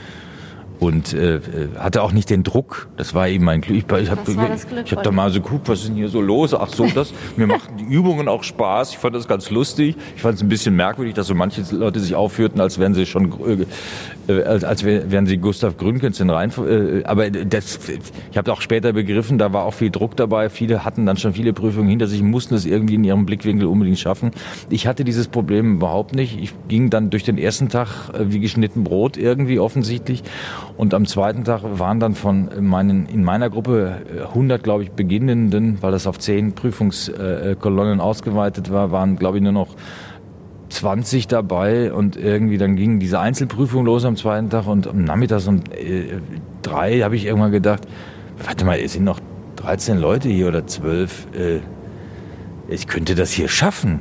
Und äh, hatte auch nicht den Druck. Das war eben mein Glück. Ich, ich habe hab da mal so geguckt, was ist denn hier so los? Ach so, das. Mir machten die Übungen auch Spaß. Ich fand das ganz lustig. Ich fand es ein bisschen merkwürdig, dass so manche Leute sich aufführten, als wären sie schon, äh, als, als wären sie Gustav Gründgens in Rhein. Äh, aber das, ich habe auch später begriffen, da war auch viel Druck dabei. Viele hatten dann schon viele Prüfungen hinter sich, mussten es irgendwie in ihrem Blickwinkel unbedingt schaffen. Ich hatte dieses Problem überhaupt nicht. Ich ging dann durch den ersten Tag äh, wie geschnitten Brot irgendwie offensichtlich. Und am zweiten Tag waren dann von meinen, in meiner Gruppe hundert, glaube ich, Beginnenden, weil das auf zehn Prüfungskolonnen ausgeweitet war, waren, glaube ich, nur noch zwanzig dabei. Und irgendwie dann ging diese Einzelprüfung los am zweiten Tag. Und am Nachmittag um äh, drei habe ich irgendwann gedacht, warte mal, es sind noch dreizehn Leute hier oder zwölf. Äh, ich könnte das hier schaffen.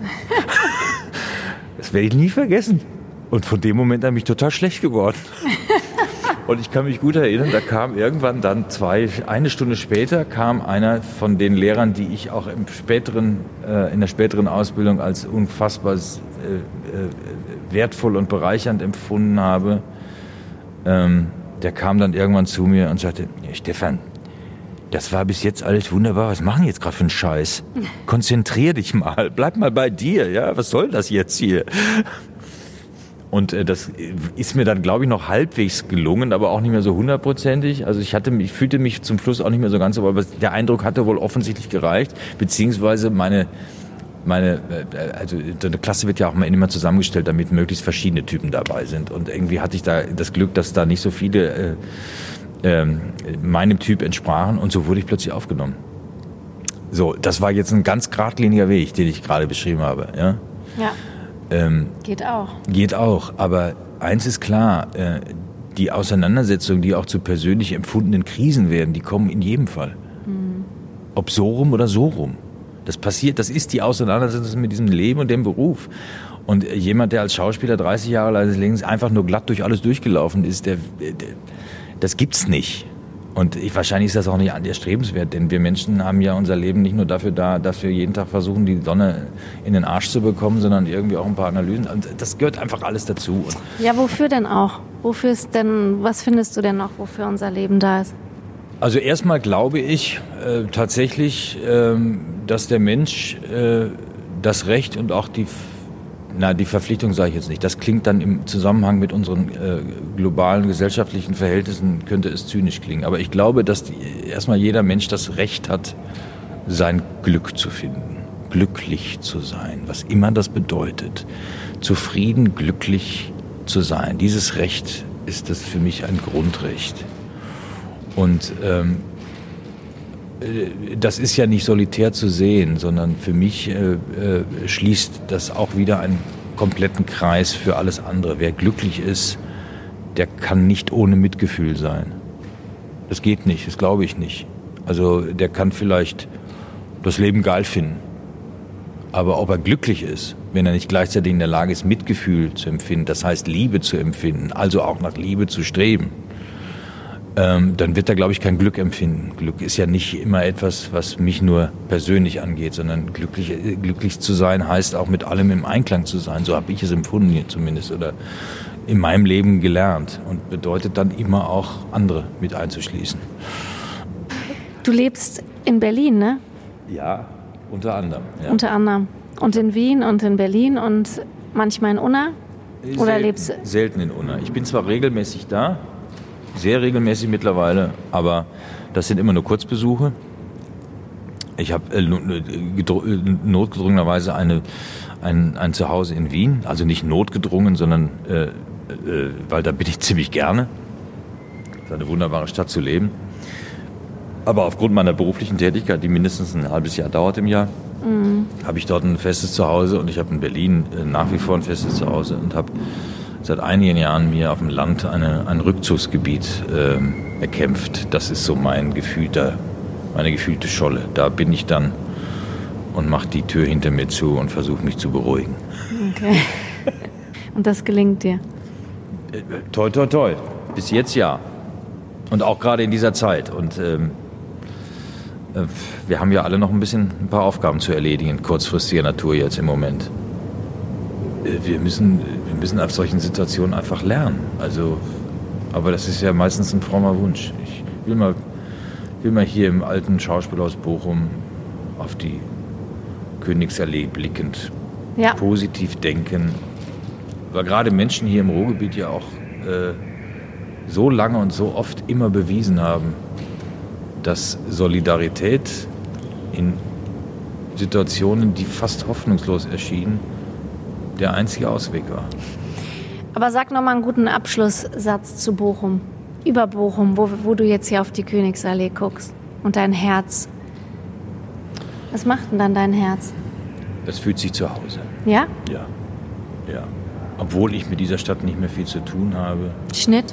Das werde ich nie vergessen. Und von dem Moment an bin ich total schlecht geworden. Und ich kann mich gut erinnern, da kam irgendwann dann zwei, eine Stunde später kam einer von den Lehrern, die ich auch im späteren, äh, in der späteren Ausbildung als unfassbar äh, äh, wertvoll und bereichernd empfunden habe. Ähm, der kam dann irgendwann zu mir und sagte, ja, Stefan, das war bis jetzt alles wunderbar, was machen jetzt gerade für einen Scheiß? Konzentrier dich mal, bleib mal bei dir, ja, was soll das jetzt hier? Und äh, das ist mir dann, glaube ich, noch halbwegs gelungen, aber auch nicht mehr so hundertprozentig. Also ich hatte, ich fühlte mich zum Schluss auch nicht mehr so ganz so, aber der Eindruck hatte wohl offensichtlich gereicht, beziehungsweise meine, meine, äh, also eine Klasse wird ja auch immer zusammengestellt, damit möglichst verschiedene Typen dabei sind. Und irgendwie hatte ich da das Glück, dass da nicht so viele äh, äh, meinem Typ entsprachen und so wurde ich plötzlich aufgenommen. So, das war jetzt ein ganz geradliniger Weg, den ich gerade beschrieben habe, ja. Ja. Ähm, geht auch. Geht auch, aber eins ist klar, äh, die Auseinandersetzungen, die auch zu persönlich empfundenen Krisen werden, die kommen in jedem Fall. Mhm. Ob so rum oder so rum. Das passiert, das ist die Auseinandersetzung mit diesem Leben und dem Beruf. Und jemand, der als Schauspieler dreißig Jahre seines Lebens einfach nur glatt durch alles durchgelaufen ist, der, der, das gibt's nicht. Und ich, wahrscheinlich ist das auch nicht erstrebenswert, denn wir Menschen haben ja unser Leben nicht nur dafür da, dass wir jeden Tag versuchen, die Sonne in den Arsch zu bekommen, sondern irgendwie auch ein paar Analysen. Und das gehört einfach alles dazu. Ja, wofür denn auch? Wofür ist denn, was findest du denn noch, wofür unser Leben da ist? Also erstmal glaube ich äh, tatsächlich, äh, dass der Mensch äh, das Recht und auch die, na die Verpflichtung sage ich jetzt nicht, das klingt dann im Zusammenhang mit unseren äh, globalen gesellschaftlichen Verhältnissen, könnte es zynisch klingen. Aber ich glaube, dass die, erstmal jeder Mensch das Recht hat, sein Glück zu finden, glücklich zu sein, was immer das bedeutet, zufrieden, glücklich zu sein. Dieses Recht ist das für mich ein Grundrecht. Und ähm, das ist ja nicht solitär zu sehen, sondern für mich äh, äh, schließt das auch wieder einen kompletten Kreis für alles andere. Wer glücklich ist, der kann nicht ohne Mitgefühl sein. Das geht nicht, das glaube ich nicht. Also der kann vielleicht das Leben geil finden. Aber ob er glücklich ist, wenn er nicht gleichzeitig in der Lage ist, Mitgefühl zu empfinden, das heißt Liebe zu empfinden, also auch nach Liebe zu streben, ähm, dann wird er, glaube ich, kein Glück empfinden. Glück ist ja nicht immer etwas, was mich nur persönlich angeht, sondern glücklich, glücklich zu sein heißt auch mit allem im Einklang zu sein. So habe ich es empfunden hier zumindest oder in meinem Leben gelernt und bedeutet dann immer auch andere mit einzuschließen. Du lebst in Berlin, ne? Ja, unter anderem. Ja. Unter anderem. Und in Wien und in Berlin und manchmal in Unna? Oder selten, lebst selten in Unna. Ich bin zwar regelmäßig da, sehr regelmäßig mittlerweile, aber das sind immer nur Kurzbesuche. Ich habe äh, notgedrungenerweise eine, ein, ein Zuhause in Wien, also nicht notgedrungen, sondern äh, äh, weil da bin ich ziemlich gerne. Das ist eine wunderbare Stadt zu leben. Aber aufgrund meiner beruflichen Tätigkeit, die mindestens ein halbes Jahr dauert im Jahr, mhm. habe ich dort ein festes Zuhause und ich habe in Berlin äh, nach wie vor ein festes Zuhause und habe seit einigen Jahren mir auf dem Land eine, ein Rückzugsgebiet äh, erkämpft. Das ist so mein gefühlter, meine gefühlte Scholle. Da bin ich dann und mache die Tür hinter mir zu und versuche mich zu beruhigen. Okay. Und das gelingt dir? Äh, toi, toi, toi. Bis jetzt ja. Und auch gerade in dieser Zeit. Und ähm, äh, wir haben ja alle noch ein bisschen ein paar Aufgaben zu erledigen, kurzfristiger Natur jetzt im Moment. Äh, wir müssen, wir müssen auf solchen Situationen einfach lernen. Also, aber das ist ja meistens ein frommer Wunsch. Ich will mal, will mal hier im alten Schauspielhaus Bochum auf die Königsallee blickend, ja. positiv denken. Weil gerade Menschen hier im Ruhrgebiet ja auch äh, so lange und so oft immer bewiesen haben, dass Solidarität in Situationen, die fast hoffnungslos erschienen, der einzige Ausweg war. Aber sag noch mal einen guten Abschlusssatz zu Bochum. Über Bochum, wo, wo du jetzt hier auf die Königsallee guckst. Und dein Herz. Was macht denn dann dein Herz? Das fühlt sich zu Hause. Ja? Ja. Ja. Obwohl ich mit dieser Stadt nicht mehr viel zu tun habe. Schnitt?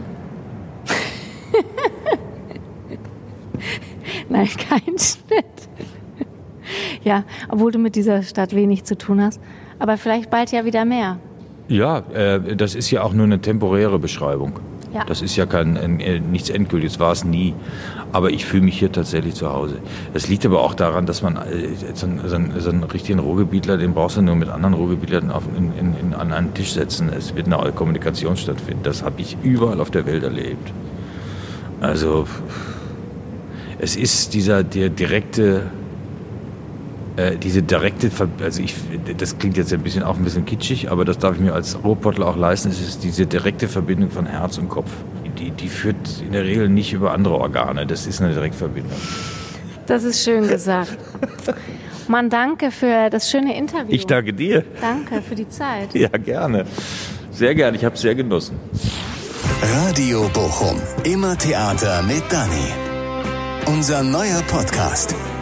Nein, kein Schnitt. Ja, obwohl du mit dieser Stadt wenig zu tun hast. Aber vielleicht bald ja wieder mehr. Ja, äh, das ist ja auch nur eine temporäre Beschreibung. Ja. Das ist ja kein, äh, nichts Endgültiges, war es nie. Aber ich fühle mich hier tatsächlich zu Hause. Das liegt aber auch daran, dass man äh, so, einen, so, einen, so einen richtigen Ruhrgebietler, den brauchst du nur mit anderen Ruhrgebietlern auf, in, in, in, an einen Tisch setzen. Es wird eine Kommunikation stattfinden. Das habe ich überall auf der Welt erlebt. Also es ist dieser der direkte, äh, diese direkte, also ich, das klingt jetzt ein bisschen auch ein bisschen kitschig, aber das darf ich mir als Ruhrpottler auch leisten. Es ist diese direkte Verbindung von Herz und Kopf. Die, die führt in der Regel nicht über andere Organe. Das ist eine Direktverbindung. Das ist schön gesagt. Mann, danke für das schöne Interview. Ich danke dir. Danke für die Zeit. Ja, gerne. Sehr gerne. Ich habe es sehr genossen. Radio Bochum. Immer Theater mit Dani. Unser neuer Podcast.